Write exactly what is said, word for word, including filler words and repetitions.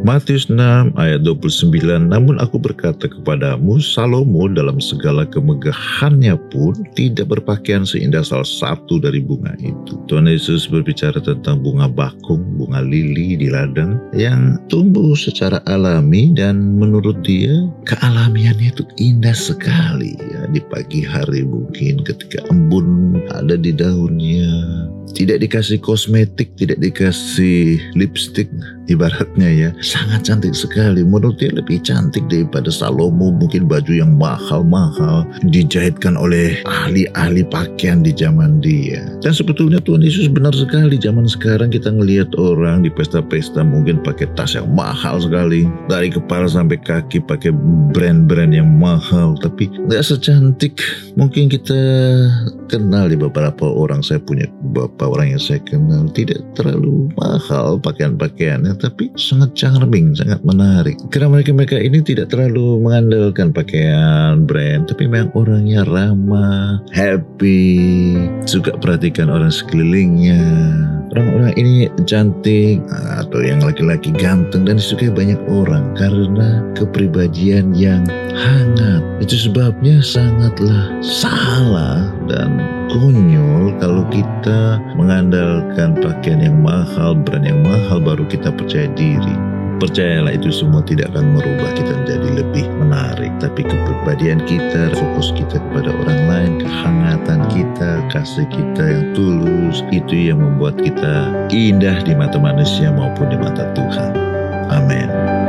Matius enam ayat dua puluh sembilan, namun aku berkata kepadamu, Salomo dalam segala kemegahannya pun tidak berpakaian seindah salah satu dari bunga itu. Tuhan Yesus berbicara tentang bunga bakung, bunga lili di ladang yang tumbuh secara alami, dan menurut dia kealamiannya itu indah sekali ya. Di pagi hari mungkin ketika embun ada di daunnya, tidak dikasih kosmetik, tidak dikasih lipstick ibaratnya ya, sangat cantik sekali. Menurut dia lebih cantik daripada Salomo, mungkin baju yang mahal-mahal dijahitkan oleh ahli-ahli pakaian di zaman dia. Dan sebetulnya Tuhan Yesus benar sekali. Zaman sekarang kita ngelihat orang di pesta-pesta mungkin pakai tas yang mahal sekali, dari kepala sampai kaki pakai brand-brand yang mahal, tapi nggak secantik mungkin kita kenal di beberapa orang. Saya punya beberapa orang yang saya kenal, tidak terlalu mahal pakaian-pakaiannya, tapi sangat charming, sangat menarik. Karena mereka-mereka ini tidak terlalu mengandalkan pakaian brand, tapi memang orangnya ramah, happy, suka perhatikan orang sekelilingnya. Orang-orang ini cantik atau yang laki-laki ganteng dan disukai banyak orang karena kepribadian yang hangat. Itu sebabnya sangatlah salah dan konyol kalau kita mengandalkan pakaian yang mahal, brand yang mahal baru kita percaya diri. Percayalah, itu semua tidak akan merubah kita menjadi lebih menarik, tapi kepribadian kita, fokus kita kepada orang lain, kehangatan kita, kasih kita yang tulus, itu yang membuat kita indah di mata manusia maupun di mata Tuhan. Amin.